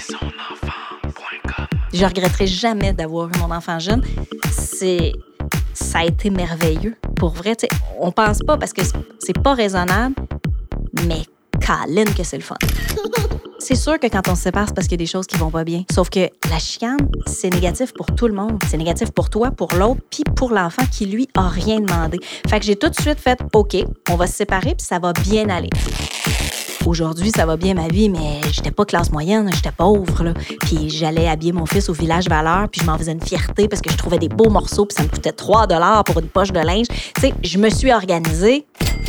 Je regretterai jamais d'avoir eu mon enfant jeune. Ça a été merveilleux. Pour vrai, on pense pas parce que c'est pas raisonnable, mais câline que c'est le fun. C'est sûr que quand on se sépare, c'est parce qu'il y a des choses qui vont pas bien. Sauf que la chicane, c'est négatif pour tout le monde. C'est négatif pour toi, pour l'autre, puis pour l'enfant qui, lui, a rien demandé. Fait que j'ai tout de suite fait « OK, on va se séparer, puis ça va bien aller ». Aujourd'hui, ça va bien ma vie, mais j'étais pas classe moyenne, j'étais pauvre, là. Puis j'allais habiller mon fils au Village Valeur, puis je m'en faisais une fierté parce que je trouvais des beaux morceaux, puis ça me coûtait 3 $ pour une poche de linge. Tu sais, je me suis organisée.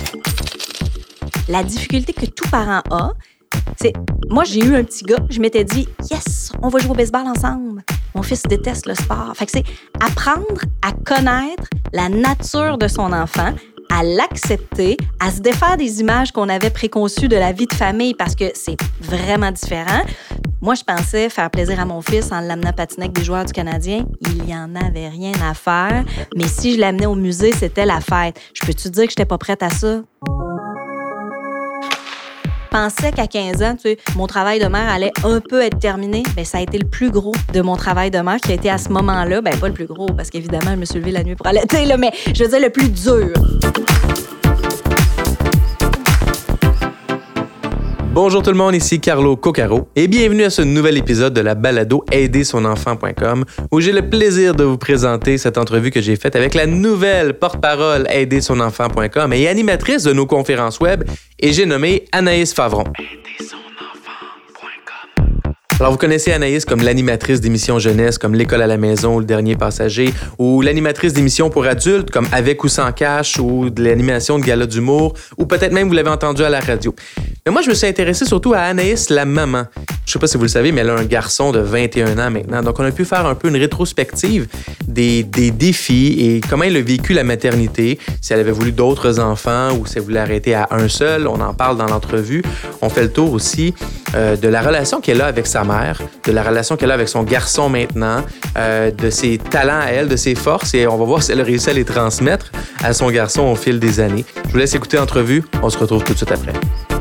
La difficulté que tout parent a, c'est... Moi, j'ai eu un petit gars, je m'étais dit « Yes, on va jouer au baseball ensemble ». Mon fils déteste le sport. Fait que c'est apprendre à connaître la nature de son enfant, à l'accepter, à se défaire des images qu'on avait préconçues de la vie de famille parce que c'est vraiment différent. Moi, je pensais faire plaisir à mon fils en l'amenant patiner avec des joueurs du Canadien. Il y en avait rien à faire. Mais si je l'amenais au musée, c'était la fête. Je peux-tu dire que j'étais pas prête à ça? Je pensais qu'à 15 ans, mon travail de mère allait un peu être terminé. Bien, ça a été le plus gros de mon travail de mère qui a été à ce moment-là. Bien, pas le plus gros, parce qu'évidemment, je me suis levée la nuit pour allaiter, là, mais je veux dire le plus dur. Bonjour tout le monde, ici Carlo Coccaro et bienvenue à ce nouvel épisode de la balado aidersonenfant.com où j'ai le plaisir de vous présenter cette entrevue que j'ai faite avec la nouvelle porte-parole aidersonenfant.com et animatrice de nos conférences web et j'ai nommé Anaïs Favron. Alors, vous connaissez Anaïs comme l'animatrice d'émissions jeunesse comme L'école à la maison ou Le dernier passager, ou l'animatrice d'émissions pour adultes comme Avec ou sans cash, ou de l'animation de gala d'humour, ou peut-être même vous l'avez entendu à la radio. Mais moi, je me suis intéressé surtout à Anaïs, la maman. Je sais pas si vous le savez, mais elle a un garçon de 21 ans maintenant. Donc, on a pu faire un peu une rétrospective des défis et comment elle a vécu la maternité, si elle avait voulu d'autres enfants ou si elle voulait arrêter à un seul. On en parle dans l'entrevue. On fait le tour aussi de la relation qu'elle a avec sa mère, de la relation qu'elle a avec son garçon maintenant, de ses talents à elle, de ses forces, et on va voir si elle a réussi à les transmettre à son garçon au fil des années. Je vous laisse écouter l'entrevue. On se retrouve tout de suite après.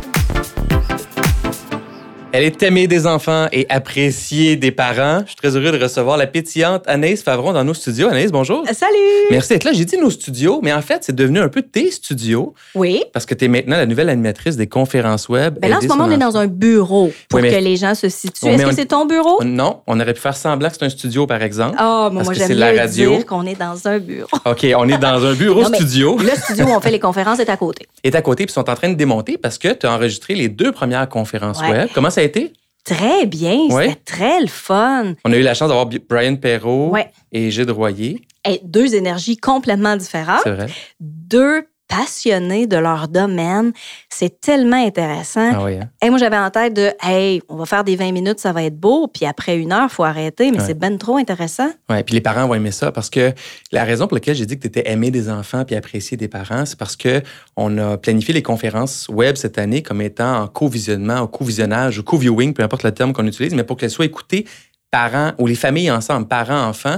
Elle est aimée des enfants et appréciée des parents. Je suis très heureux de recevoir la pétillante Anaïs Favron dans nos studios. Anaïs, bonjour. Salut! Merci d'être là. J'ai dit nos studios, mais en fait, c'est devenu un peu tes studios. Oui. Parce que tu es maintenant la nouvelle animatrice des conférences web. Ben là, en ce moment, on est dans un bureau pour que les gens se situent. Est-ce que c'est ton bureau? Non, on aurait pu faire semblant que c'est un studio, par exemple. Ah, moi, j'aime mieux dire qu'on est dans un bureau. OK, on est dans un bureau studio. Le studio où on fait les conférences est à côté. Est à côté, puis ils sont en train de démonter parce que tu as enregistré les 2 premières conférences web. Comment ça a été? Très bien, c'était très le fun. On a eu la chance d'avoir Brian Perrault et Gilles Royer. Et 2 énergies complètement différentes. C'est vrai. 2 passionnés de leur domaine. C'est tellement intéressant. Ah oui, hein? Et moi, j'avais en tête de « Hey, on va faire des 20 minutes, ça va être beau. Puis après 1 heure, il faut arrêter. » Mais c'est ben trop intéressant. Oui, puis les parents vont aimer ça parce que la raison pour laquelle j'ai dit que tu étais aimé des enfants puis apprécié des parents, c'est parce qu'on a planifié les conférences web cette année comme étant en co-visionnement, en co-visionnage ou co-viewing, peu importe le terme qu'on utilise, mais pour qu'elles soient écoutées parents ou les familles ensemble, parents, enfants.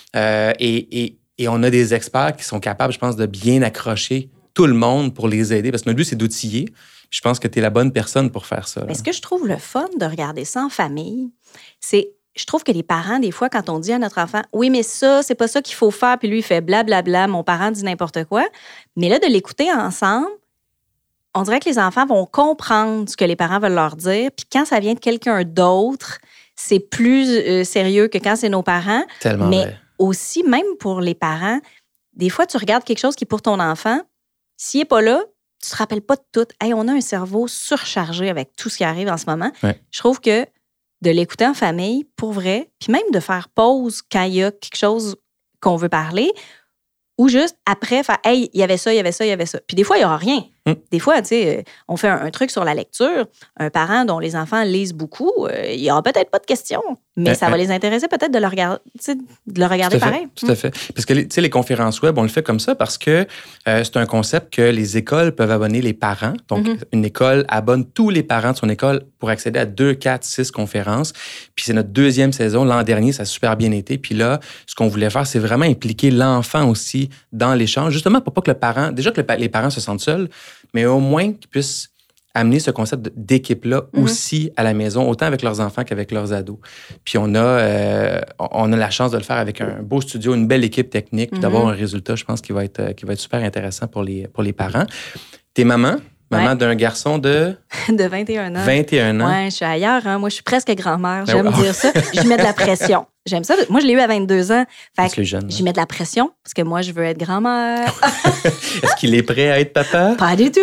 Et on a des experts qui sont capables, je pense, de bien accrocher tout le monde pour les aider. Parce que notre but, c'est d'outiller. Je pense que tu es la bonne personne pour faire ça. Mais ce que je trouve le fun de regarder ça en famille, c'est, je trouve que les parents, des fois, quand on dit à notre enfant, oui, mais ça, c'est pas ça qu'il faut faire, puis lui, il fait blablabla, mon parent dit n'importe quoi. Mais là, de l'écouter ensemble, on dirait que les enfants vont comprendre ce que les parents veulent leur dire. Puis quand ça vient de quelqu'un d'autre, c'est plus sérieux que quand c'est nos parents. Tellement mais vrai. Aussi, même pour les parents, des fois, tu regardes quelque chose qui est pour ton enfant. S'il n'est pas là, tu ne te rappelles pas de tout. Hey, on a un cerveau surchargé avec tout ce qui arrive en ce moment. Ouais. Je trouve que de l'écouter en famille, pour vrai, puis même de faire pause quand il y a quelque chose qu'on veut parler, ou juste après faire « Hey, il y avait ça, il y avait ça, il y avait ça ». Puis des fois, il n'y aura rien. Des fois, tu sais, on fait un truc sur la lecture. Un parent dont les enfants lisent beaucoup, il n'y aura peut-être pas de questions, mais ça va les intéresser peut-être de le regarder pareil. Tout à fait. Parce que, tu sais, les conférences web, on le fait comme ça parce que c'est un concept que les écoles peuvent abonner les parents. Donc, une école abonne tous les parents de son école pour accéder à 2, 4, 6 conférences. Puis c'est notre 2e saison. L'an dernier, ça a super bien été. Puis là, ce qu'on voulait faire, c'est vraiment impliquer l'enfant aussi dans l'échange, justement pour pas que le parent, déjà que les parents se sentent seuls, mais au moins qu'ils puissent amener ce concept d'équipe-là aussi à la maison, autant avec leurs enfants qu'avec leurs ados. Puis on a la chance de le faire avec un beau studio, une belle équipe technique, puis d'avoir un résultat, je pense, qui va être super intéressant pour les parents. T'es maman d'un garçon de 21 ans. 21 ans. Ouais, je suis ailleurs. Hein. Moi, je suis presque grand-mère. J'aime dire ça. Je mets de la pression. J'aime ça. Moi, je l'ai eu à 22 ans. Fait que j'y mets de la pression parce que moi, je veux être grand-mère. Est-ce qu'il est prêt à être papa? Pas du tout.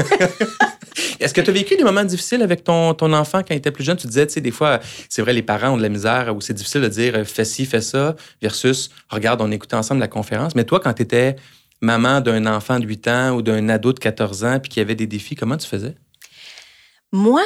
Est-ce que tu as vécu des moments difficiles avec ton enfant quand il était plus jeune? Tu disais, tu sais, des fois, c'est vrai, les parents ont de la misère où c'est difficile de dire fais ci, fais ça, versus regarde, on écoutait ensemble la conférence. Mais toi, quand tu étais maman d'un enfant de 8 ans ou d'un ado de 14 ans puis qu'il y avait des défis, comment tu faisais? Moi,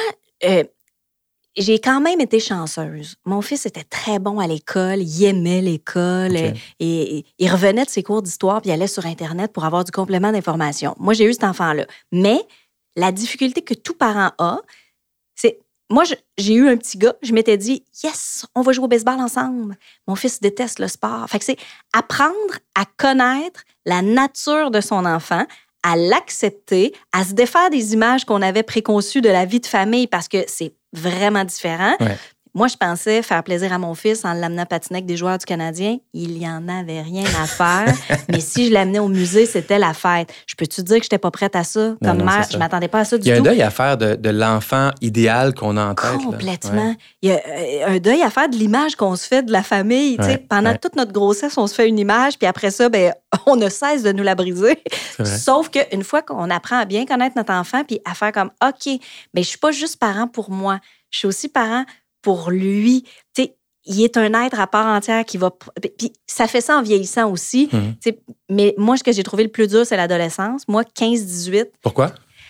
j'ai quand même été chanceuse. Mon fils était très bon à l'école, il aimait l'école et il revenait de ses cours d'histoire puis il allait sur Internet pour avoir du complément d'information. Moi, j'ai eu cet enfant-là. Mais la difficulté que tout parent a, c'est... Moi, j'ai eu un petit gars, je m'étais dit « Yes, on va jouer au baseball ensemble. » Mon fils déteste le sport. Fait que c'est apprendre à connaître la nature de son enfant, à l'accepter, à se défaire des images qu'on avait préconçues de la vie de famille parce que c'est vraiment différent. Ouais. Moi, je pensais faire plaisir à mon fils en l'amenant patiner avec des joueurs du Canadien. Il y en avait rien à faire. Mais si je l'amenais au musée, c'était la fête. Je peux-tu dire que je n'étais pas prête à ça? Comme mère, je ne m'attendais pas à ça du tout. Il y a un deuil à faire de l'enfant idéal qu'on a en tête. Complètement. Ouais. Il y a un deuil à faire de l'image qu'on se fait de la famille. Ouais, pendant toute notre grossesse, on se fait une image, puis après ça, on ne cesse de nous la briser. Sauf qu'une fois qu'on apprend à bien connaître notre enfant, puis à faire comme, OK, je ne suis pas juste parent pour moi. Je suis aussi parent pour lui. Tu sais, il est un être à part entière qui va... Puis ça fait ça en vieillissant aussi. Mais moi, ce que j'ai trouvé le plus dur, c'est l'adolescence. Moi, 15-18... Pourquoi?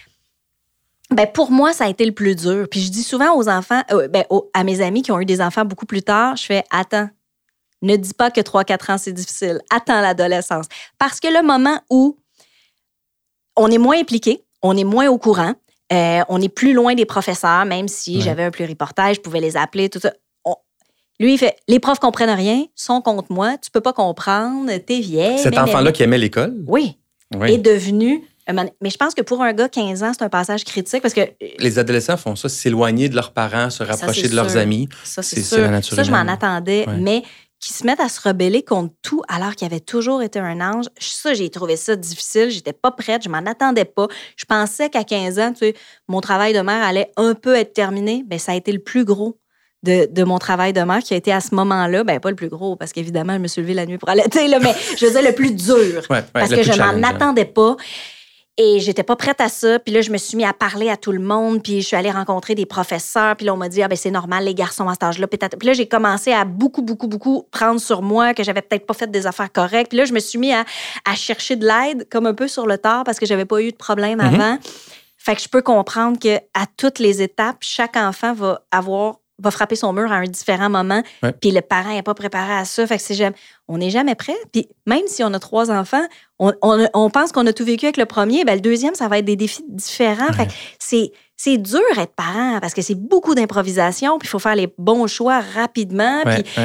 Pour moi, ça a été le plus dur. Puis je dis souvent aux enfants, à mes amis qui ont eu des enfants beaucoup plus tard, je fais « Attends, ne dis pas que 3-4 ans, c'est difficile. Attends l'adolescence. » Parce que le moment où on est moins impliqué, on est moins au courant, on est plus loin des professeurs, même si j'avais un pluriportage, je pouvais les appeler, tout ça. Lui, il fait « Les profs comprennent rien, sont contre moi, tu peux pas comprendre, t'es vieille. » Cet enfant-là qui aimait l'école? Oui. Est devenu... Mais je pense que pour un gars, 15 ans, c'est un passage critique parce que... Les adolescents font ça, s'éloigner de leurs parents, se rapprocher de leurs amis. Ça, c'est sûr. La nature humaine. Je m'en attendais, mais qu'ils se mettent à se rebeller contre tout alors qu'il avait toujours été un ange, ça, j'ai trouvé ça difficile. J'étais pas prête, je m'en attendais pas. Je pensais qu'à 15 ans, tu sais, mon travail de mère allait un peu être terminé. Ça a été le plus gros de mon travail de mère qui a été à ce moment-là, pas le plus gros, parce qu'évidemment, je me suis levée la nuit pour allaiter, là, mais je veux dire le plus dur, parce que je m'en attendais pas. Et j'étais pas prête à ça. Puis là, je me suis mis à parler à tout le monde. Puis je suis allée rencontrer des professeurs. Puis là, on m'a dit, c'est normal, les garçons à cet âge-là. Puis là, j'ai commencé à beaucoup prendre sur moi, que j'avais peut-être pas fait des affaires correctes. Puis là, je me suis mis à chercher de l'aide, comme un peu sur le tard, parce que j'avais pas eu de problème avant. Fait que je peux comprendre qu'à toutes les étapes, chaque enfant va frapper son mur à un différent moment, puis le parent n'est pas préparé à ça. Fait que on n'est jamais prêt. Puis même si on a 3 enfants, on pense qu'on a tout vécu avec le premier, le deuxième, ça va être des défis différents. Fait que c'est dur être parent parce que c'est beaucoup d'improvisation, puis il faut faire les bons choix rapidement.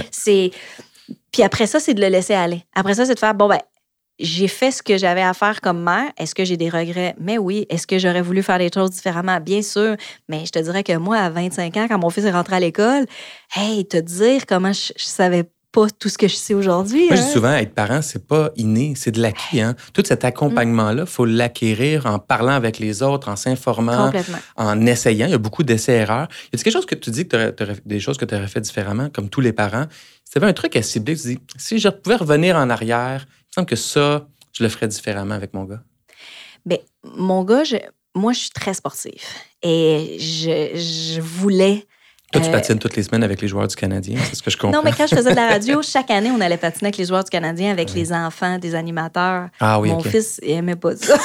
Puis après ça, c'est de le laisser aller. Après ça, c'est de faire, j'ai fait ce que j'avais à faire comme mère. Est-ce que j'ai des regrets? Mais oui. Est-ce que j'aurais voulu faire les choses différemment? Bien sûr. Mais je te dirais que moi, à 25 ans, quand mon fils est rentré à l'école, te dire comment je savais pas tout ce que je sais aujourd'hui. Moi, je dis souvent, être parent, c'est pas inné, c'est de l'acquis. Hein? Tout cet accompagnement-là, il faut l'acquérir en parlant avec les autres, en s'informant, en essayant. Il y a beaucoup d'essais-erreurs. Y a-t-il quelque chose que tu dis, des choses que tu aurais fait différemment, comme tous les parents? Si tu avais un truc à cibler, tu dis, si je pouvais revenir en arrière, il me semble que ça, je le ferais différemment avec mon gars. Mon gars, moi, je suis très sportif. Et je voulais... Toi, tu patines toutes les semaines avec les joueurs du Canadien, c'est ce que je comprends. Non, mais quand je faisais de la radio, chaque année, on allait patiner avec les joueurs du Canadien, avec les enfants, des animateurs. Ah oui, mon fils, il aimait pas ça.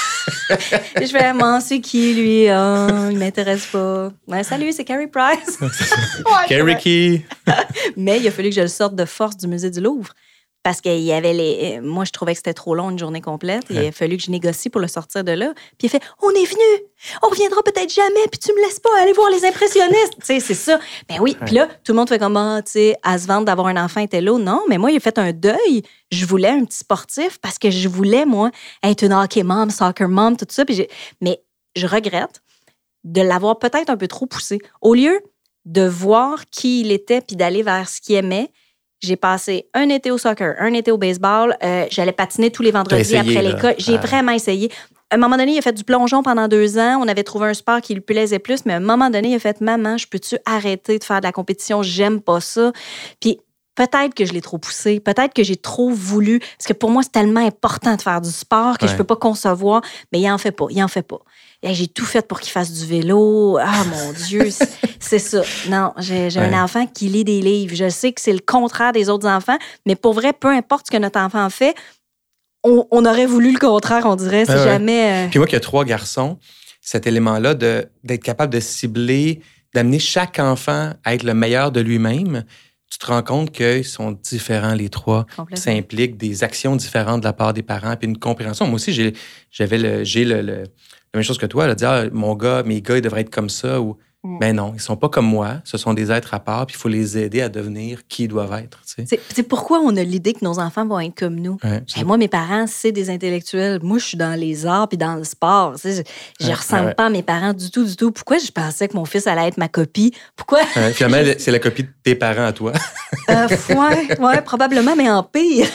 Je fais, c'est qui, lui? Oh, il m'intéresse pas. Salut, c'est Carey Price. Carey Key. Mais il a fallu que je le sorte de force du musée du Louvre. Parce qu'il y avait moi, je trouvais que c'était trop long, une journée complète. Il a fallu que je négocie pour le sortir de là. Puis il fait « On est venu! On reviendra peut-être jamais, puis tu me laisses pas aller voir les impressionnistes! » Tu sais, c'est ça. Oui. Puis là, tout le monde fait comme « tu sais, à se vendre d'avoir un enfant était là. » Non, mais moi, il a fait un deuil. Je voulais un petit sportif parce que je voulais, moi, être une hockey mom, soccer mom, tout ça. Mais je regrette. de l'avoir peut-être un peu trop poussé. Au lieu de voir qui il était puis d'aller vers ce qu'il aimait, j'ai passé un été au soccer, un été au baseball. J'allais patiner tous les vendredis après l'école. J'ai vraiment essayé. À un moment donné, il a fait du plongeon pendant 2 ans. On avait trouvé un sport qui lui plaisait plus, mais à un moment donné, il a fait « Maman, je peux-tu arrêter de faire de la compétition? J'aime pas ça. » Puis peut-être que je l'ai trop poussé, peut-être que j'ai trop voulu, parce que pour moi, c'est tellement important de faire du sport que je peux pas concevoir, mais il en fait pas. Et j'ai tout fait pour qu'il fasse du vélo. Ah, mon Dieu, c'est ça. Non, j'ai un enfant qui lit des livres. Je sais que c'est le contraire des autres enfants, mais pour vrai, peu importe ce que notre enfant fait, on aurait voulu le contraire, on dirait. C'est jamais... Puis moi qui ai 3 garçons, cet élément-là d'être capable de cibler, d'amener chaque enfant à être le meilleur de lui-même, tu te rends compte qu'ils sont différents, les 3. Ça implique des actions différentes de la part des parents, puis une compréhension. Moi aussi, j'ai la même chose que toi, là, dire mes gars, ils devraient être comme ça, ou ben non, ils sont pas comme moi, ce sont des êtres à part, puis il faut les aider à devenir qui ils doivent être. Tu sais. C'est pourquoi on a l'idée que nos enfants vont être comme nous. Moi, mes parents, c'est des intellectuels. Moi, je suis dans les arts puis dans le sport. Tu sais, je ressemble pas à mes parents du tout. Pourquoi je pensais que mon fils allait être ma copie? Pourquoi? Finalement, c'est la copie de tes parents à toi. Ouais, probablement, mais en pire.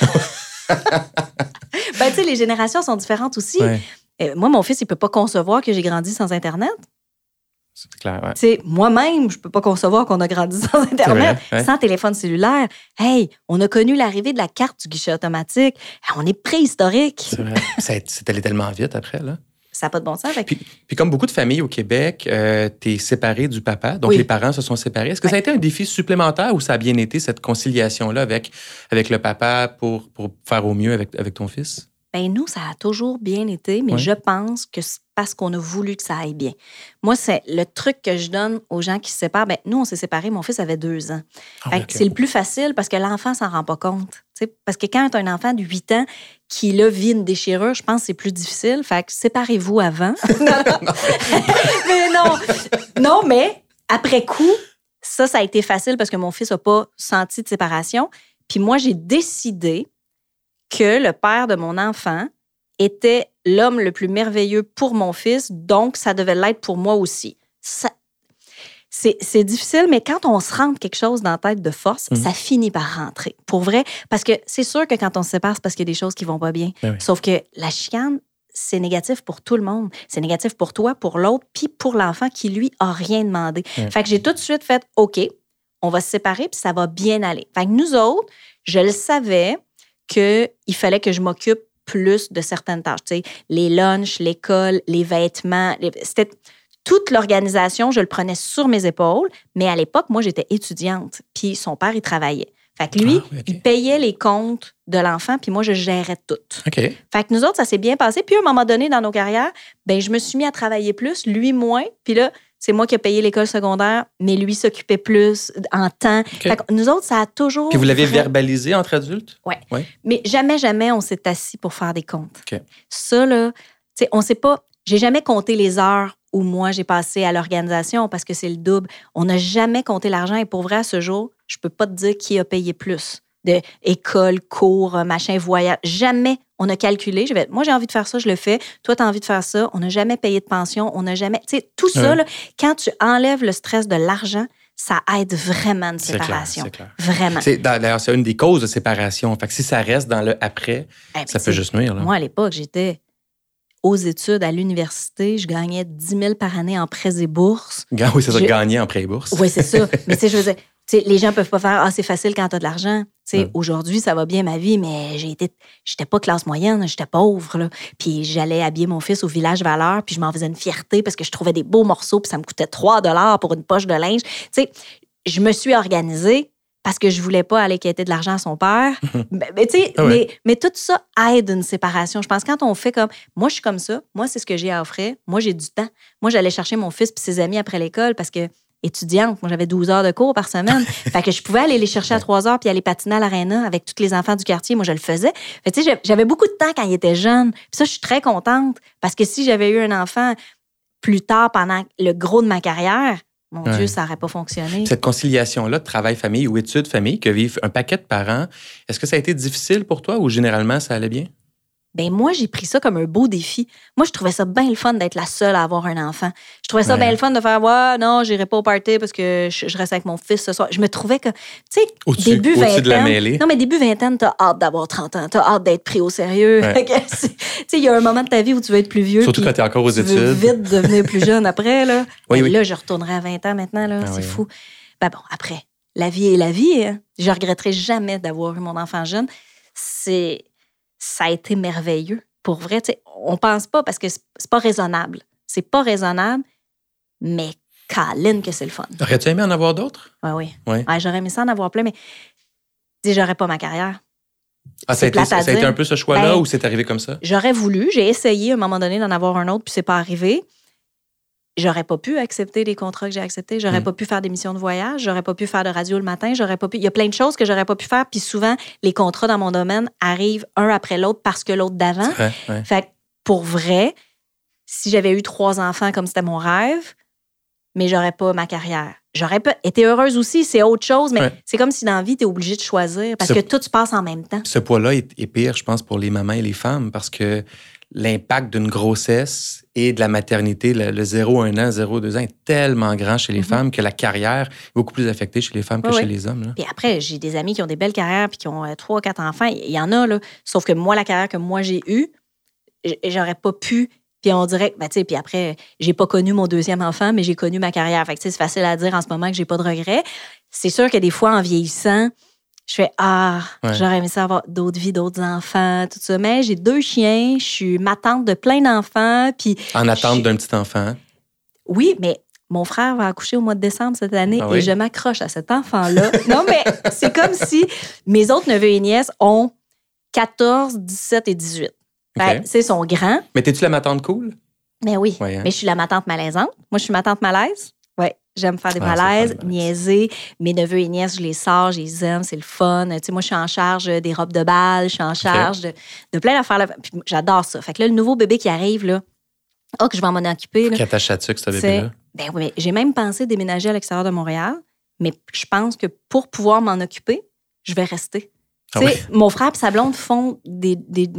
Tu sais, les générations sont différentes aussi. Moi, mon fils, il peut pas concevoir que j'ai grandi sans Internet. C'est clair, ouais. Tu sais, moi-même, je peux pas concevoir qu'on a grandi sans Internet, sans téléphone cellulaire. Hey, on a connu l'arrivée de la carte du guichet automatique. On est préhistorique. C'est vrai. C'est allé tellement vite après, là. Ça n'a pas de bon sens. Puis comme beaucoup de familles au Québec, tu es séparé du papa, donc les parents se sont séparés. Est-ce que ça a été un défi supplémentaire ou ça a bien été, cette conciliation-là avec le papa pour faire au mieux avec ton fils? Ben nous, ça a toujours bien été, mais je pense que c'est parce qu'on a voulu que ça aille bien. Moi, c'est le truc que je donne aux gens qui se séparent. Ben nous, on s'est séparés, mon fils avait 2 ans. C'est le plus facile parce que l'enfant s'en rend pas compte. T'sais, parce que quand tu as un enfant de 8 ans qui, là, vit une déchirure, je pense que c'est plus difficile. Fait que séparez-vous avant. Non, mais après coup, ça a été facile parce que mon fils n'a pas senti de séparation. Puis moi, j'ai décidé que le père de mon enfant était l'homme le plus merveilleux pour mon fils, donc ça devait l'être pour moi aussi. C'est difficile, mais quand on se rentre quelque chose dans la tête de force, ça finit par rentrer. Pour vrai, parce que c'est sûr que quand on se sépare, c'est parce qu'il y a des choses qui vont pas bien. Sauf que la chicane, c'est négatif pour tout le monde. C'est négatif pour toi, pour l'autre, puis pour l'enfant qui, lui, a rien demandé. Fait que j'ai tout de suite fait, OK, on va se séparer, puis ça va bien aller. Fait que nous autres, je le savais qu'il fallait que je m'occupe plus de certaines tâches. Tu sais, les lunchs, l'école, les vêtements. C'était toute l'organisation, je le prenais sur mes épaules. Mais à l'époque, moi, j'étais étudiante. Puis son père, il travaillait. Fait que lui, il payait les comptes de l'enfant, puis moi, je gérais tout. Fait que nous autres, ça s'est bien passé. Puis à un moment donné, dans nos carrières, ben je me suis mis à travailler plus, lui moins. Puis là, c'est moi qui ai payé l'école secondaire, mais lui s'occupait plus en temps. Fait que nous autres, ça a toujours... Puis vous l'avez verbalisé entre adultes? Oui. Mais jamais on s'est assis pour faire des comptes. Ça, là, tu sais, on sait pas... J'ai jamais compté les heures où moi, j'ai passé à l'organisation parce que c'est le double. On n'a jamais compté l'argent. Et pour vrai, à ce jour, je peux pas te dire qui a payé plus. De école, cours, machin, voyage. Jamais on a calculé. Moi, j'ai envie de faire ça, je le fais. Toi, tu as envie de faire ça. On n'a jamais payé de pension. On n'a jamais... Tu sais, tout ça, là, quand tu enlèves le stress de l'argent, ça aide vraiment une séparation. C'est clair. Vraiment. D'ailleurs, c'est une des causes de séparation. Fait que si ça reste dans le après, ça peut juste nuire. Là. Moi, à l'époque, j'étais aux études à l'université. Je gagnais 10 000 par année en prêts et bourses. Oui, c'est ça, gagner en prêts et bourses. Oui, c'est ça. Mais tu sais, je veux dire... T'sais, les gens ne peuvent pas faire « Ah, c'est facile quand tu as de l'argent. » Aujourd'hui, ça va bien ma vie, mais j'étais pas classe moyenne, j'étais pauvre. Là. Puis j'allais habiller mon fils au Village Valeur, puis je m'en faisais une fierté parce que je trouvais des beaux morceaux, puis ça me coûtait 3 $ pour une poche de linge. T'sais, je me suis organisée parce que je voulais pas aller quêter de l'argent à son père. Mais tout ça aide une séparation. Je pense que quand on fait comme... Moi, je suis comme ça. Moi, c'est ce que j'ai à offrir. Moi, j'ai du temps. Moi, j'allais chercher mon fils puis ses amis après l'école parce que étudiante. Moi, j'avais 12 heures de cours par semaine. Fait que je pouvais aller les chercher à 3 heures puis aller patiner à l'aréna avec tous les enfants du quartier. Moi, je le faisais. Fait que, tu sais, j'avais beaucoup de temps quand il était jeune. Puis ça, je suis très contente parce que si j'avais eu un enfant plus tard, pendant le gros de ma carrière, mon Dieu, ça n'aurait pas fonctionné. Cette conciliation-là de travail-famille ou études-famille que vivent un paquet de parents, est-ce que ça a été difficile pour toi ou généralement, ça allait bien? Ben moi, j'ai pris ça comme un beau défi. Moi, je trouvais ça bien le fun d'être la seule à avoir un enfant. Je trouvais ça bien le fun de faire « Ouais, non, j'irai pas au party parce que je reste avec mon fils ce soir. » Je me trouvais que, tu sais, début vingtaine... de la mêlée. Non, mais début vingtaine, t'as hâte d'avoir 30 ans. T'as hâte d'être pris au sérieux. Ouais. Tu sais, il y a un moment de ta vie où tu veux être plus vieux. Surtout quand t'es encore aux tu études. veux vite devenir plus jeune après, là. Oui, oui. Là, je retournerai à 20 ans maintenant, là. Ah, c'est oui, fou. Ben bon, après, la vie est la vie. Hein. Je regretterai jamais d'avoir eu mon enfant jeune. Ça a été merveilleux. Pour vrai, on pense pas parce que c'est pas raisonnable. C'est pas raisonnable, mais câline que c'est le fun. Aurais-tu aimé en avoir d'autres? Oui. Ouais. Ouais, j'aurais aimé ça en avoir plein, mais j'aurais pas ma carrière. Ça a été un peu ce choix-là ou c'est arrivé comme ça? J'aurais voulu. J'ai essayé à un moment donné d'en avoir un autre, puis c'est pas arrivé. J'aurais pas pu accepter les contrats que j'ai acceptés. J'aurais pas pu faire des missions de voyage. J'aurais pas pu faire de radio le matin. J'aurais pas pu... Il y a plein de choses que j'aurais pas pu faire. Puis souvent, les contrats dans mon domaine arrivent un après l'autre parce que l'autre d'avant. Ouais. Fait que pour vrai, si j'avais eu 3 enfants comme c'était mon rêve, mais j'aurais pas ma carrière. J'aurais pas été heureuse aussi, c'est autre chose, mais c'est comme si dans la vie, tu es obligé de choisir parce que tout se passe en même temps. Ce poids-là est pire, je pense, pour les mamans et les femmes parce que l'impact d'une grossesse et de la maternité, le 0-1 an, 0-2 ans, est tellement grand chez les femmes que la carrière est beaucoup plus affectée chez les femmes que chez les hommes. Là. Puis après, j'ai des amis qui ont des belles carrières puis qui ont 3 ou 4 enfants. Il y en a, là. Sauf que moi, la carrière que moi, j'ai eue, j'aurais pas pu. Puis on dirait que, puis après, j'ai pas connu mon 2e enfant, mais j'ai connu ma carrière. Fait que, c'est facile à dire en ce moment que j'ai pas de regrets. C'est sûr que des fois, en vieillissant, je fais j'aurais aimé ça avoir d'autres vies, d'autres enfants, tout ça. Mais j'ai 2 chiens, je suis ma tante de plein d'enfants. Puis en attente d'un petit enfant. Oui, mais mon frère va accoucher au mois de décembre cette année et je m'accroche à cet enfant-là. Non, mais c'est comme si mes autres neveux et nièces ont 14, 17 et 18. Okay. Ils sont grands. Mais t'es-tu la matante cool? Mais oui, mais je suis la matante malaisante. Moi, je suis ma tante malaise. Oui, j'aime faire des malaises, niaiser. Mes neveux et nièces, je les sors, je les aime, c'est le fun. Tu sais, moi, je suis en charge des robes de bal, je suis en charge de plein d'affaires. Puis j'adore ça. Fait que là, le nouveau bébé qui arrive, là, que je vais m'en occuper. Qui attache à ce bébé-là? Ben oui, mais j'ai même pensé déménager à l'extérieur de Montréal, mais je pense que pour pouvoir m'en occuper, je vais rester. Mon frère et sa blonde font des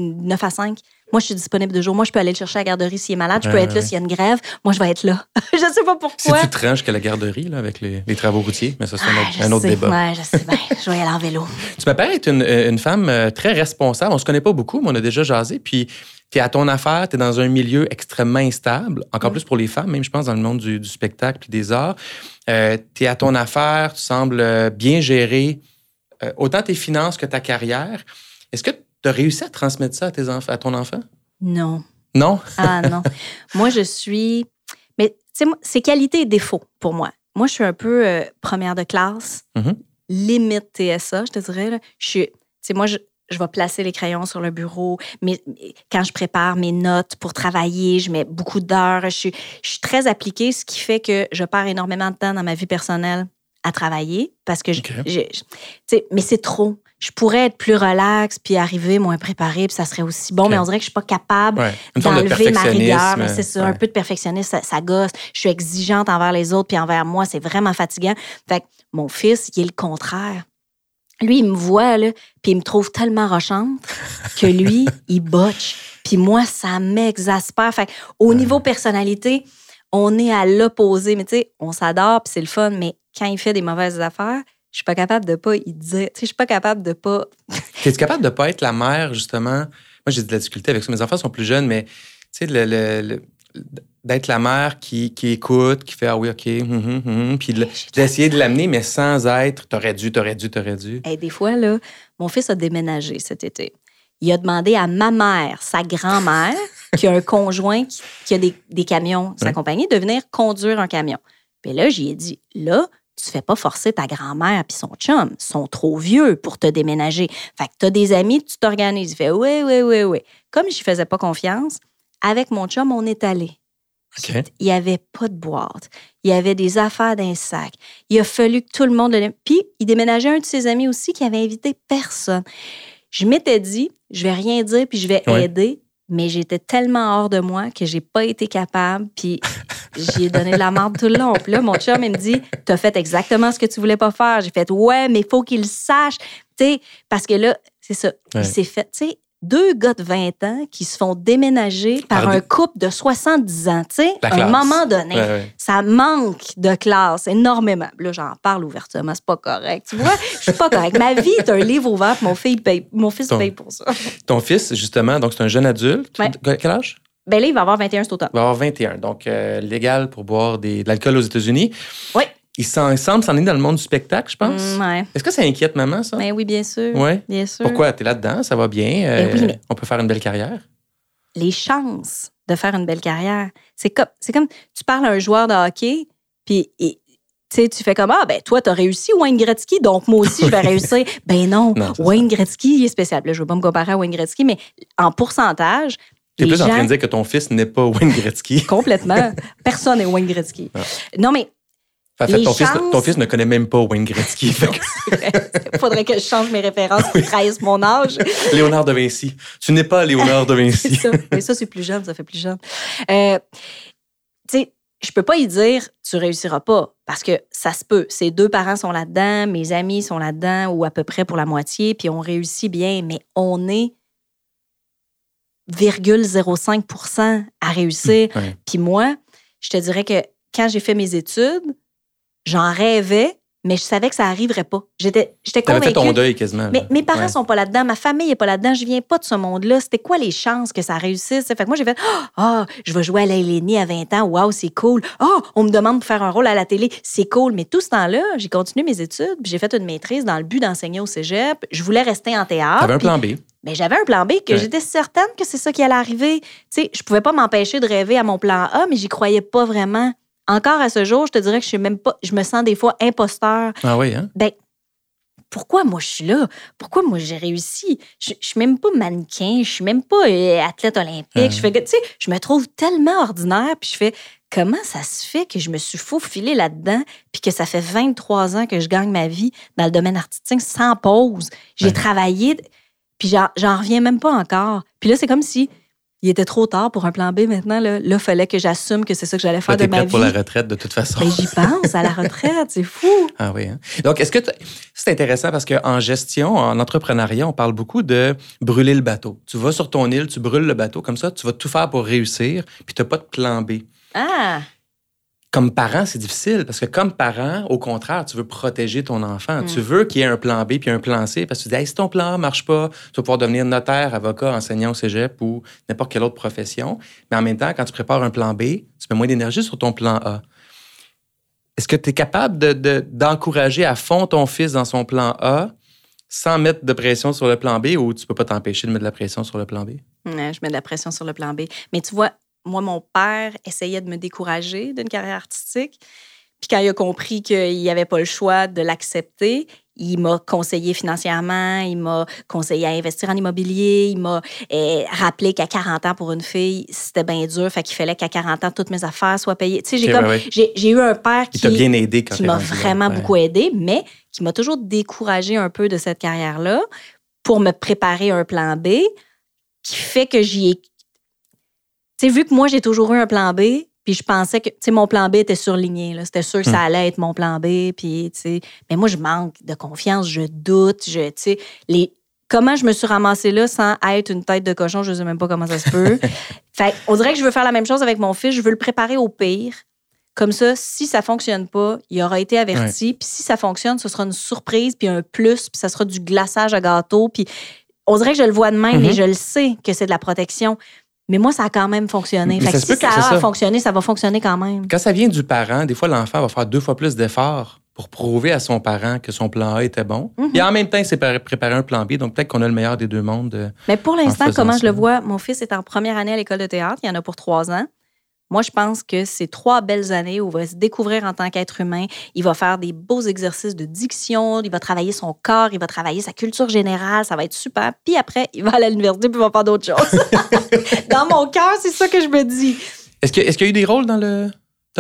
9 à 5. Moi, je suis disponible 2 jours. Moi, je peux aller le chercher à la garderie s'il est malade. Je peux être là s'il y a une grève. Moi, je vais être là. Je ne sais pas pourquoi. Si tu te rends jusqu'à la garderie là, avec les travaux routiers, mais ça, c'est un autre débat. Oui, je sais bien. Je vais y aller en vélo. Tu m'appelles être une femme très responsable. On ne se connaît pas beaucoup, mais on a déjà jasé. Puis, tu es à ton affaire, tu es dans un milieu extrêmement instable, encore plus pour les femmes, même, je pense, dans le monde du spectacle et des arts. Tu es à ton affaire, tu sembles bien gérer autant tes finances que ta carrière. Est-ce que tu as réussi à transmettre ça à ton enfant? Non. Non? Ah non. Moi, je suis... Mais, tu sais, c'est qualité et défaut pour moi. Moi, je suis un peu première de classe, limite TSA, je te dirais. Là. Tu sais, moi, je vais placer les crayons sur le bureau. Mais quand je prépare mes notes pour travailler, je mets beaucoup d'heures. Je suis très appliquée, ce qui fait que je perds énormément de temps dans ma vie personnelle à travailler parce que mais c'est trop. Je pourrais être plus relax puis arriver moins préparée puis ça serait aussi bon, mais on dirait que je suis pas capable d'enlever ma rigueur. Mais c'est ça, un peu de perfectionnisme, ça gosse. Je suis exigeante envers les autres puis envers moi, c'est vraiment fatigant. Fait que mon fils, il est le contraire. Lui, il me voit, là, puis il me trouve tellement rochante que lui, il botche. Puis moi, ça m'exaspère. Fait au niveau personnalité, on est à l'opposé. Mais tu sais, on s'adore, puis c'est le fun, mais quand il fait des mauvaises affaires, je suis pas capable de pas y dire. Tu sais, je suis pas capable de pas... T'es-tu capable de pas être la mère, justement? Moi, j'ai de la difficulté avec ça. Mes enfants sont plus jeunes, mais tu sais, d'être la mère qui écoute, qui fait « Ah oui, OK, puis d'essayer de l'amener, mais sans être « T'aurais dû. » Hey, des fois, là, mon fils a déménagé cet été. Il a demandé à ma mère, sa grand-mère, qui a un conjoint qui a des camions, sa compagnie, de venir conduire un camion. Puis là, j'y ai dit, là, tu fais pas forcer ta grand-mère puis son chum. Ils sont trop vieux pour te déménager. Fait que t'as des amis, tu t'organises. Il fait oui. Comme je lui faisais pas confiance, avec mon chum, on est allé. Okay. Il n'y avait pas de boîte. Il y avait des affaires dans un sac. Il a fallu que tout le monde... Puis, il déménageait un de ses amis aussi qui avait invité personne. Je m'étais dit, je vais rien dire puis je vais aider, mais j'étais tellement hors de moi que j'ai pas été capable puis j'y ai donné de la marde tout le long. Puis là, mon chum, il me dit, t'as fait exactement ce que tu voulais pas faire. J'ai fait, ouais, mais il faut qu'il le sache. Tu sais, parce que là, c'est ça. Il s'est fait, tu sais, 2 gars de 20 ans qui se font déménager par un couple de 70 ans. Tu sais, à un moment donné, ça manque de classe énormément. Là, j'en parle ouvertement, c'est pas correct. Tu vois, je suis pas correct. Ma vie est un livre ouvert, mon fils paye pour ça. Ton fils, justement, donc c'est un jeune adulte. Ouais. Quel âge? Ben là, il va avoir 21 cet automne. Il va avoir 21, donc légal pour boire de l'alcool aux États-Unis. Oui. Il semble s'en aller dans le monde du spectacle, je pense. Ouais. Est-ce que ça inquiète maman, ça? Ben oui, bien sûr. Oui? Bien sûr. Pourquoi? T'es là-dedans, ça va bien. Ben oui, mais on peut faire une belle carrière. les chances de faire une belle carrière, c'est comme tu parles à un joueur de hockey, puis tu fais comme, ben toi, t'as réussi Wayne Gretzky, donc moi aussi, je vais réussir. Ben non, Wayne Gretzky, il est spécial. Là, je veux pas me comparer à Wayne Gretzky, mais en pourcentage, t'es plus en train de dire que ton fils n'est pas Wayne Gretzky. Complètement. Personne n'est Wayne Gretzky. Ah. Non, mais En fait, ton fils ne connaît même pas Wayne Gretzky. Il faudrait que je change mes références pour trahissent mon âge. Léonard de Vinci. Tu n'es pas Léonard de Vinci. C'est ça. Mais ça, c'est plus jeune, ça fait plus jeune. Tu sais, je peux pas y dire tu réussiras pas parce que ça se peut. Ses 2 parents sont là-dedans, mes amis sont là-dedans ou à peu près pour la moitié, puis on réussit bien, mais on est 0,05% à réussir. Ouais. Puis moi, je te dirais que quand j'ai fait mes études, j'en rêvais, mais je savais que ça n'arriverait pas. J'étais T'avais convaincue. fait ton deuil quasiment. Mais mes parents sont pas là-dedans, ma famille n'est pas là-dedans, je viens pas de ce monde-là. C'était quoi les chances que ça réussisse? Fait que moi, j'ai fait je vais jouer à l'Hélénie à 20 ans, waouh, c'est cool. On me demande de faire un rôle à la télé, c'est cool. Mais tout ce temps-là, j'ai continué mes études, puis j'ai fait une maîtrise dans le but d'enseigner au cégep. Je voulais rester en théâtre. T'avais un plan B. Ben, j'avais un plan B que j'étais certaine que c'est ça qui allait arriver. Tu sais, je pouvais pas m'empêcher de rêver à mon plan A, mais j'y croyais pas vraiment. Encore à ce jour, je te dirais que je me sens des fois imposteur. Ah oui, hein? Ben, pourquoi moi je suis là? Pourquoi moi j'ai réussi? Je suis même pas mannequin, je suis même pas athlète olympique. Je me trouve tellement ordinaire, puis je fais comment ça se fait que je me suis faufilée là-dedans, puis que ça fait 23 ans que je gagne ma vie dans le domaine artistique sans pause. J'ai travaillé, puis j'en reviens même pas encore. Puis là, c'est comme si il était trop tard pour un plan B maintenant. Là, il fallait que j'assume que c'est ça que j'allais faire de ma vie. T'es prête pour la retraite, de toute façon. Mais j'y pense, à la retraite, c'est fou. Ah oui. Hein? Donc, est-ce que c'est intéressant parce qu'en gestion, en entrepreneuriat, on parle beaucoup de brûler le bateau. Tu vas sur ton île, tu brûles le bateau. Comme ça, tu vas tout faire pour réussir, puis tu n'as pas de plan B. Ah! Comme parent, c'est difficile parce que comme parent, au contraire, tu veux protéger ton enfant. Tu veux qu'il y ait un plan B puis un plan C parce que tu dis, hey, si ton plan A ne marche pas, tu vas pouvoir devenir notaire, avocat, enseignant au cégep ou n'importe quelle autre profession. Mais en même temps, quand tu prépares un plan B, tu mets moins d'énergie sur ton plan A. Est-ce que tu es capable d'encourager à fond ton fils dans son plan A sans mettre de pression sur le plan B ou tu peux pas t'empêcher de mettre de la pression sur le plan B? Ouais, je mets de la pression sur le plan B. Mais tu vois, moi, mon père essayait de me décourager d'une carrière artistique. Puis quand il a compris qu'il n'y avait pas le choix de l'accepter, il m'a conseillé financièrement, il m'a conseillé à investir en immobilier, il m'a rappelé qu'à 40 ans, pour une fille, c'était bien dur. Fait qu'il fallait qu'à 40 ans, toutes mes affaires soient payées. Tu sais, j'ai eu un père qui t'a bien aidé qui m'a vraiment beaucoup aidé, mais qui m'a toujours découragé un peu de cette carrière-là pour me préparer un plan B qui fait que j'y ai... Tu sais, vu que moi, j'ai toujours eu un plan B, puis je pensais que, tu sais, mon plan B était surligné. Là. C'était sûr que ça allait être mon plan B, puis, tu sais... Mais moi, je manque de confiance, je doute, tu sais... Comment je me suis ramassée là sans être une tête de cochon, je ne sais même pas comment ça se peut. Fait on dirait que je veux faire la même chose avec mon fils. Je veux le préparer au pire. Comme ça, si ça ne fonctionne pas, il aura été averti. Puis si ça fonctionne, ce sera une surprise, puis un plus, puis ça sera du glaçage à gâteau. Puis on dirait que je le vois de même, mais je le sais que c'est de la protection. Mais moi, ça a quand même fonctionné. Fait que si ça a fonctionné, ça va fonctionner quand même. Quand ça vient du parent, des fois, l'enfant va faire 2 fois plus d'efforts pour prouver à son parent que son plan A était bon. Et en même temps, il s'est préparé un plan B. Donc, peut-être qu'on a le meilleur des 2 mondes. Mais pour l'instant, comment je le vois, mon fils est en première année à l'école de théâtre. Il y en a pour 3 ans. Moi, je pense que c'est 3 belles années où il va se découvrir en tant qu'être humain. Il va faire des beaux exercices de diction. Il va travailler son corps. Il va travailler sa culture générale. Ça va être super. Puis après, il va aller à l'université puis il va faire d'autres choses. Dans mon cœur, c'est ça que je me dis. Est-ce qu'il y a eu des rôles dans le...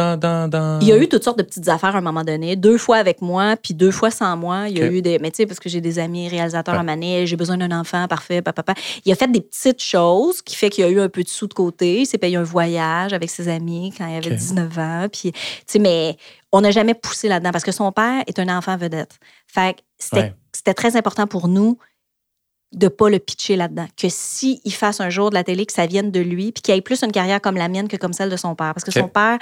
Il y a eu toutes sortes de petites affaires à un moment donné. 2 fois avec moi, puis 2 fois sans moi. Il y a eu des... Mais tu sais, parce que j'ai des amis réalisateurs à Manet, j'ai besoin d'un enfant, parfait, papa. Il a fait des petites choses qui fait qu'il y a eu un peu de sous de côté. Il s'est payé un voyage avec ses amis quand il avait 19 ans. Puis, tu sais, mais on n'a jamais poussé là-dedans parce que son père est un enfant vedette. Fait que c'était très important pour nous de pas le pitcher là-dedans. Que s'il fasse un jour de la télé, que ça vienne de lui, puis qu'il ait plus une carrière comme la mienne que comme celle de son père. Parce que son père,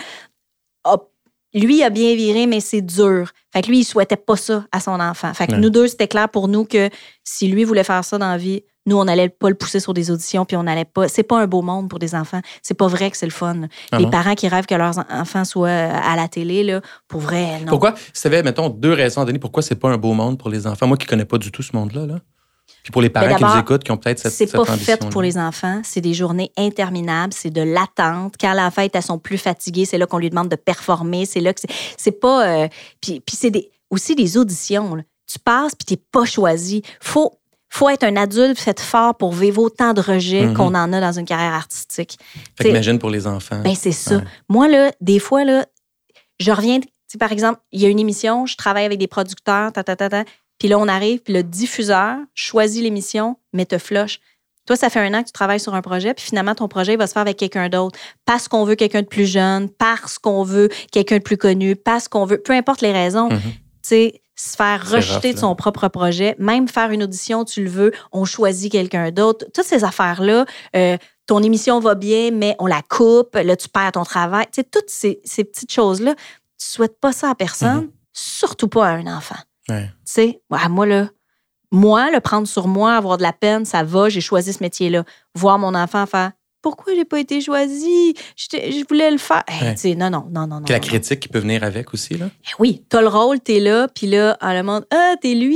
lui, a bien viré, mais c'est dur. Fait que lui, il souhaitait pas ça à son enfant. Fait que nous deux, c'était clair pour nous que si lui voulait faire ça dans la vie, nous, on n'allait pas le pousser sur des auditions, puis on n'allait pas... C'est pas un beau monde pour des enfants. C'est pas vrai que c'est le fun. Les parents qui rêvent que leurs enfants soient à la télé, là, pour vrai, non. Pourquoi? Si tu avais, mettons, 2 raisons à donner pourquoi c'est pas un beau monde pour les enfants. Moi qui connais pas du tout ce monde-là, là. Puis pour les parents qui nous écoutent, qui ont peut-être cette ambition. C'est pas fait pour les enfants. C'est des journées interminables. C'est de l'attente. Quand l'enfant est à son plus fatigué, c'est là qu'on lui demande de performer. C'est là que c'est pas... Puis c'est aussi des auditions. Là. Tu passes, puis t'es pas choisi. Faut être un adulte fait fort pour vivre autant de rejets qu'on en a dans une carrière artistique. Fait qu'imagine pour les enfants. Ben c'est ça. Ouais. Moi, là, des fois, là, je reviens... Par exemple, il y a une émission, je travaille avec des producteurs, puis là, on arrive, puis le diffuseur choisit l'émission, mais te flush. Toi, ça fait 1 an que tu travailles sur un projet, puis finalement, ton projet il va se faire avec quelqu'un d'autre. Parce qu'on veut quelqu'un de plus jeune, parce qu'on veut quelqu'un de plus connu, parce qu'on veut... Peu importe les raisons, tu sais, se faire rejeter de son propre projet, même faire une audition, tu le veux, on choisit quelqu'un d'autre. Toutes ces affaires-là, ton émission va bien, mais on la coupe, là, tu perds ton travail. Tu sais, toutes ces petites choses-là, tu souhaites pas ça à personne, surtout pas à un enfant. Ouais. Tu sais, moi, le prendre sur moi, avoir de la peine, ça va, j'ai choisi ce métier-là. Voir mon enfant faire « Pourquoi j'ai pas été choisie? Je voulais le faire. » Tu sais, non. Puis la critique qui peut venir avec aussi, là. Oui, t'as le rôle, t'es là, puis là, le monde « Ah, t'es lui! »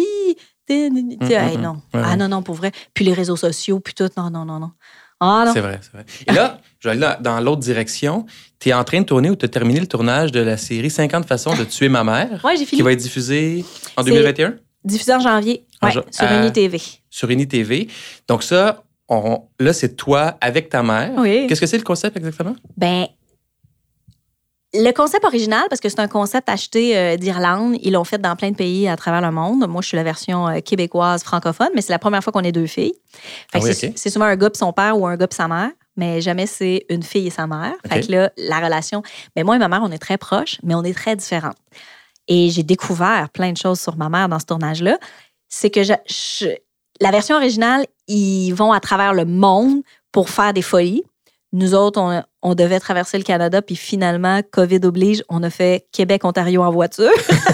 non. Ouais. Ah non, pour vrai. Puis les réseaux sociaux, puis tout, non. Ah non. C'est vrai. Et là, je vais aller dans l'autre direction. Tu es en train de tourner ou tu as terminé le tournage de la série 50 façons de tuer ma mère. Oui, j'ai fini. Qui va être diffusée en 2021? Diffusée en janvier, sur UniTV. Sur UniTV. Donc ça, là, c'est toi avec ta mère. Oui. Qu'est-ce que c'est le concept exactement? Ben, le concept original, parce que c'est un concept acheté d'Irlande, ils l'ont fait dans plein de pays à travers le monde. Moi, je suis la version québécoise francophone, mais c'est la première fois qu'on est 2 filles. C'est souvent un gars et son père ou un gars et sa mère, mais jamais c'est une fille et sa mère. Fait que là, la relation... Ben, moi et ma mère, on est très proches, mais on est très différentes. Et j'ai découvert plein de choses sur ma mère dans ce tournage-là. C'est que la version originale, ils vont à travers le monde pour faire des folies. Nous autres, on devait traverser le Canada, puis finalement, COVID oblige, on a fait Québec-Ontario en voiture.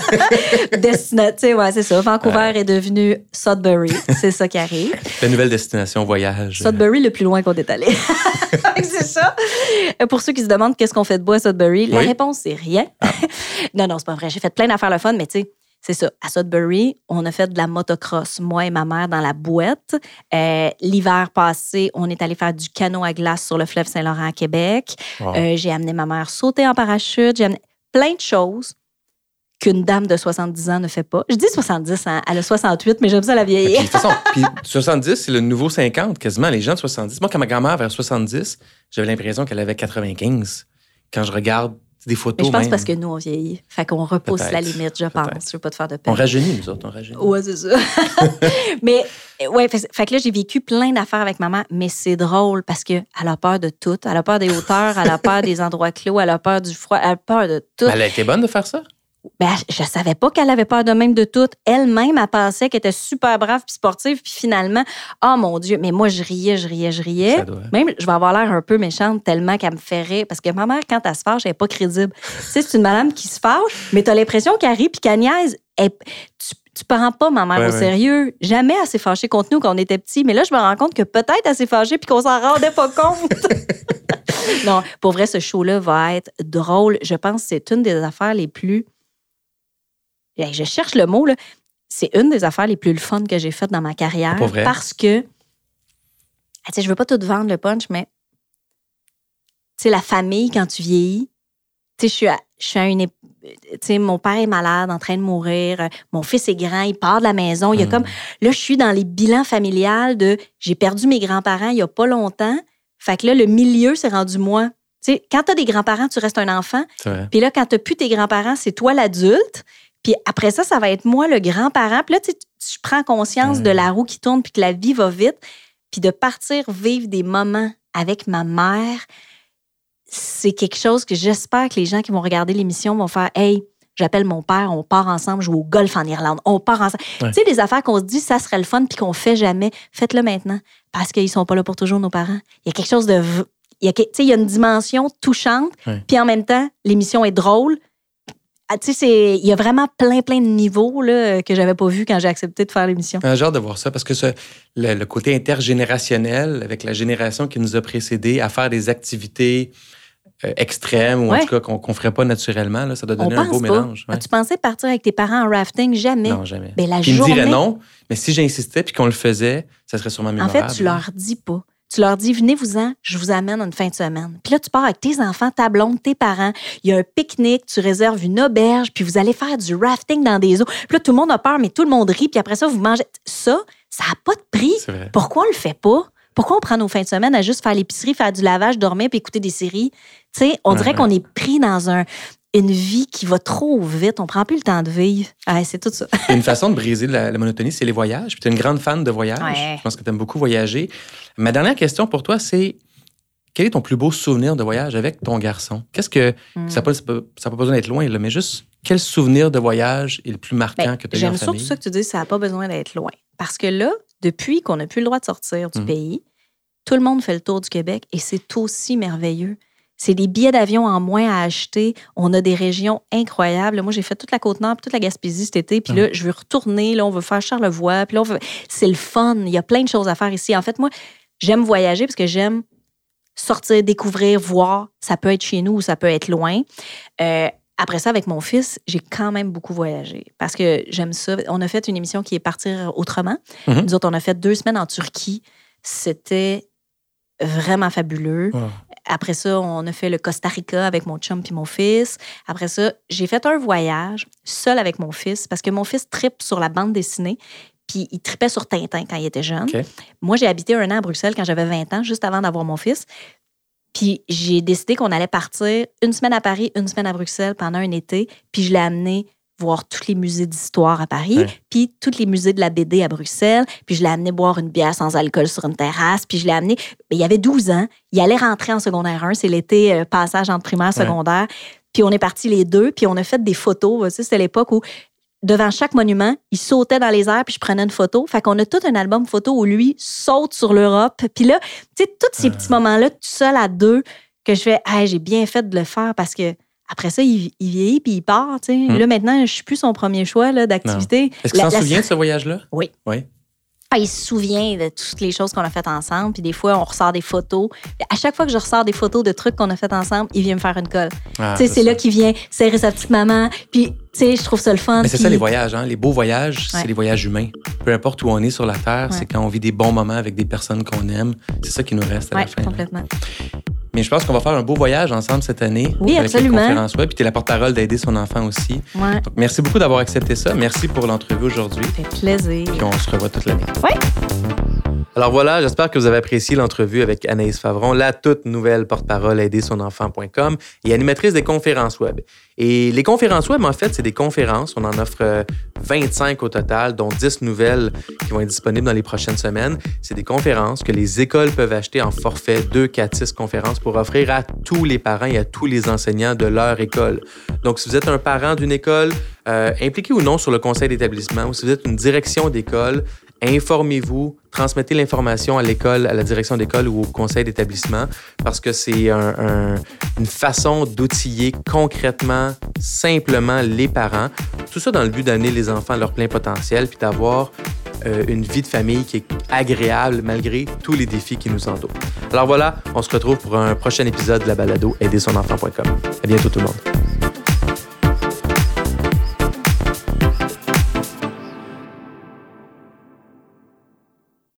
Ouais, c'est ça. Vancouver est devenu Sudbury. C'est ça qui arrive. La nouvelle destination voyage. Sudbury, le plus loin qu'on est allé. C'est ça. Pour ceux qui se demandent qu'est-ce qu'on fait de beau à Sudbury, la réponse, c'est rien. Non, c'est pas vrai. J'ai fait plein d'affaires le fun, mais tu sais, c'est ça. À Sudbury, on a fait de la motocross, moi et ma mère, dans la boîte. L'hiver passé, on est allé faire du canot à glace sur le fleuve Saint-Laurent à Québec. Wow. J'ai amené ma mère sauter en parachute. J'ai amené plein de choses qu'une dame de 70 ans ne fait pas. Je dis 70, hein, elle a 68, mais j'aime ça la vieillir. De toute façon, 70, c'est le nouveau 50, quasiment. Les gens de 70. Moi, quand ma grand-mère avait 70, j'avais l'impression qu'elle avait 95. Quand je regarde des photos. Mais je pense même. Parce que nous, on vieillit. Fait qu'on repousse la limite, je pense. Je veux pas te faire de peine. On rajeunit, nous autres, on rajeunit. Ouais, c'est ça. Mais, ouais, fait que là, j'ai vécu plein d'affaires avec maman, mais c'est drôle parce qu'elle a peur de tout. Elle a peur des hauteurs, elle a peur des endroits clos, elle a peur du froid, elle a peur de tout. Mais elle a été bonne de faire ça? Ben, je savais pas qu'elle avait peur de même de tout. Elle-même, elle pensait qu'elle était super brave puis sportive. Puis finalement, oh mon Dieu, mais moi, je riais. Même, je vais avoir l'air un peu méchante tellement qu'elle me fait rire. Parce que ma mère, quand elle se fâche, elle n'est pas crédible. Tu sais, c'est une madame qui se fâche, mais tu as l'impression qu'elle rit puis qu'elle niaise. Tu prends pas ma mère au sérieux. Jamais elle s'est fâchée contre nous quand on était petits. Mais là, je me rends compte que peut-être elle s'est fâchée puis qu'on s'en rendait pas compte. Non, pour vrai, ce show-là va être drôle. Je pense que c'est une des affaires les plus... Je cherche le mot, là. C'est une des affaires les plus le fun que j'ai faites dans ma carrière. Pas vrai. Parce que, tu sais, je veux pas tout vendre le punch, mais, tu sais, la famille, quand tu vieillis, tu sais, je suis à une... Tu sais, mon père est malade, en train de mourir. Mon fils est grand, il part de la maison. Il y a comme... Là, je suis dans les bilans familiales de... J'ai perdu mes grands-parents il y a pas longtemps. Fait que là, le milieu, c'est rendu moi. Tu sais, quand t'as des grands-parents, tu restes un enfant. Puis là, quand t'as plus tes grands-parents, c'est toi l'adulte. Puis après ça, ça va être moi, le grand-parent. Puis là, tu prends conscience de la roue qui tourne puis que la vie va vite. Puis de partir vivre des moments avec ma mère, c'est quelque chose que j'espère que les gens qui vont regarder l'émission vont faire « Hey, j'appelle mon père, on part ensemble jouer au golf en Irlande. On part ensemble. Ouais. Tu sais, des affaires qu'on se dit, ça serait le fun, puis qu'on fait jamais. Faites-le maintenant, parce qu'ils sont pas là pour toujours, nos parents. Il y a quelque chose de... il y a une dimension touchante, puis en même temps, l'émission est drôle. Tu sais, il y a vraiment plein de niveaux là, que j'avais pas vu quand j'ai accepté de faire l'émission. J'ai hâte de voir ça parce que le côté intergénérationnel avec la génération qui nous a précédés à faire des activités extrêmes ou en tout cas qu'on ferait pas naturellement, là, ça doit donner un beau mélange. Ouais. As-tu pensé partir avec tes parents en rafting? Jamais. Non, jamais. Ben, ils me diraient non, mais si j'insistais puis qu'on le faisait, ça serait sûrement mémorable. En fait, tu leur dis pas. Tu leur dis, venez-vous-en, je vous amène une fin de semaine. Puis là, tu pars avec tes enfants, ta blonde, tes parents. Il y a un pique-nique, tu réserves une auberge, puis vous allez faire du rafting dans des eaux. Puis là, tout le monde a peur, mais tout le monde rit, puis après ça, vous mangez. Ça n'a pas de prix. C'est vrai. Pourquoi on le fait pas? Pourquoi on prend nos fins de semaine à juste faire l'épicerie, faire du lavage, dormir, puis écouter des séries? Tu sais, on dirait qu'on est pris dans une vie qui va trop vite. On prend plus le temps de vivre. Ah, c'est tout ça. Une façon de briser la monotonie, c'est les voyages. Puis tu es une grande fan de voyages. Ouais. Je pense que tu aimes beaucoup voyager. Ma dernière question pour toi, c'est quel est ton plus beau souvenir de voyage avec ton garçon? Qu'est-ce que... Ça n'a pas besoin d'être loin, là, mais juste quel souvenir de voyage est le plus marquant que tu as eu en famille? J'aime surtout ça que tu dis, ça n'a pas besoin d'être loin. Parce que là, depuis qu'on n'a plus le droit de sortir du pays, tout le monde fait le tour du Québec et c'est aussi merveilleux. C'est des billets d'avion en moins à acheter. On a des régions incroyables. Moi, j'ai fait toute la Côte-Nord, toute la Gaspésie cet été. Puis là, je veux retourner. Là, on veut faire Charlevoix. Puis là, c'est le fun. Il y a plein de choses à faire ici. En fait, moi, j'aime voyager parce que j'aime sortir, découvrir, voir. Ça peut être chez nous ou ça peut être loin. Après ça, avec mon fils, j'ai quand même beaucoup voyagé parce que j'aime ça. On a fait une émission qui est Partir autrement. Nous autres, on a fait 2 semaines en Turquie. C'était vraiment fabuleux. Wow. Après ça, on a fait le Costa Rica avec mon chum puis mon fils. Après ça, j'ai fait un voyage seul avec mon fils parce que mon fils trippe sur la bande dessinée puis il tripait sur Tintin quand il était jeune. Okay. Moi, j'ai habité 1 an à Bruxelles quand j'avais 20 ans, juste avant d'avoir mon fils. Puis j'ai décidé qu'on allait partir 1 semaine à Paris, 1 semaine à Bruxelles pendant un été. Puis je l'ai amené voir tous les musées d'histoire à Paris, puis tous les musées de la BD à Bruxelles, puis je l'ai amené boire une bière sans alcool sur une terrasse, puis je l'ai amené... Il y avait 12 ans, il allait rentrer en secondaire 1, c'est l'été passage entre primaire et secondaire, puis on est partis les deux, puis on a fait des photos. Tu sais, c'était l'époque où, devant chaque monument, il sautait dans les airs, puis je prenais une photo. Fait qu'on a tout un album photo où lui saute sur l'Europe. Puis là, tu sais, tous ces petits moments-là, tout seul à deux, que je fais, hey, j'ai bien fait de le faire parce que après ça, il vieillit puis il part. Tu sais. Là, maintenant, je ne suis plus son premier choix là, d'activité. Est-ce qu'il s'en souvient de ce voyage-là? Oui. Il se souvient de toutes les choses qu'on a faites ensemble. Puis des fois, on ressort des photos. À chaque fois que je ressors des photos de trucs qu'on a fait ensemble, il vient me faire une colle. C'est là qu'il vient serrer sa petite maman. Puis, tu sais, je trouve ça le fun. Mais c'est ça, les voyages. Hein? Les beaux voyages, c'est les voyages humains. Peu importe où on est sur la Terre, c'est quand on vit des bons moments avec des personnes qu'on aime. C'est ça qui nous reste à la fin. Oui, complètement. Mais je pense qu'on va faire un beau voyage ensemble cette année. Oui, avec absolument. Les conférences web. Puis tu es la porte-parole d'aider son enfant aussi. Ouais. Donc, merci beaucoup d'avoir accepté ça. Merci pour l'entrevue aujourd'hui. Ça fait plaisir. Puis on se revoit toute l'année. Oui. Alors voilà, j'espère que vous avez apprécié l'entrevue avec Anaïs Favron, la toute nouvelle porte-parole aidersonenfant.com et animatrice des conférences web. Et les conférences web, en fait, c'est des conférences. On en offre 25 au total, dont 10 nouvelles qui vont être disponibles dans les prochaines semaines. C'est des conférences que les écoles peuvent acheter en forfait 2, 4, 6 conférences pour offrir à tous les parents et à tous les enseignants de leur école. Donc, si vous êtes un parent d'une école, impliqué ou non sur le conseil d'établissement, ou si vous êtes une direction d'école, informez-vous, transmettez l'information à l'école, à la direction d'école ou au conseil d'établissement parce que c'est une façon d'outiller concrètement, simplement les parents. Tout ça dans le but d'amener les enfants à leur plein potentiel puis d'avoir une vie de famille qui est agréable malgré tous les défis qui nous entourent. Alors voilà, on se retrouve pour un prochain épisode de la balado aidersonenfant.com. À bientôt tout le monde.